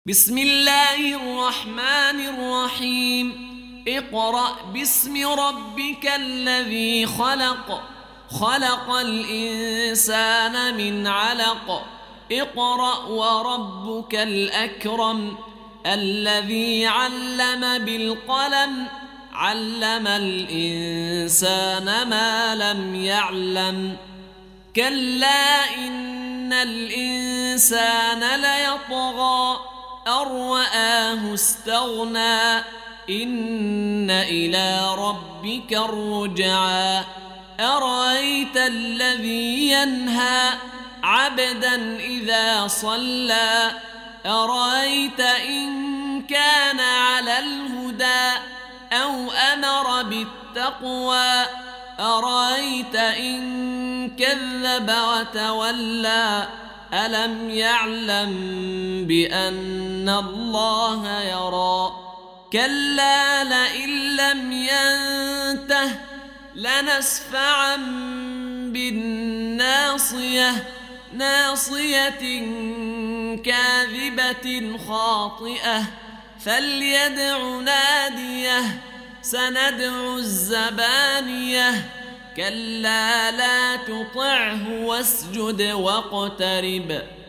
بسم الله الرحمن الرحيم. اقرأ باسم ربك الذي خلق. خلق الإنسان من علق. اقرأ وربك الأكرم الذي علم بالقلم علم الإنسان ما لم يعلم. كلا إن الإنسان ليطغى أن رآه استغنى إن إلى ربك الرجعى. أرأيت الذي ينهى عبدا إذا صلى أرأيت إن كان على الهدى أو أمر بالتقوى أرأيت إن كذب وتولى ألم يعلم بأن الله يرى. كلا لئن لم ينته لنسفعا بالناصية ناصية كاذبة خاطئة فليدع ناديه سندع الزبانية. كلا لا تطعه واسجد واقترب.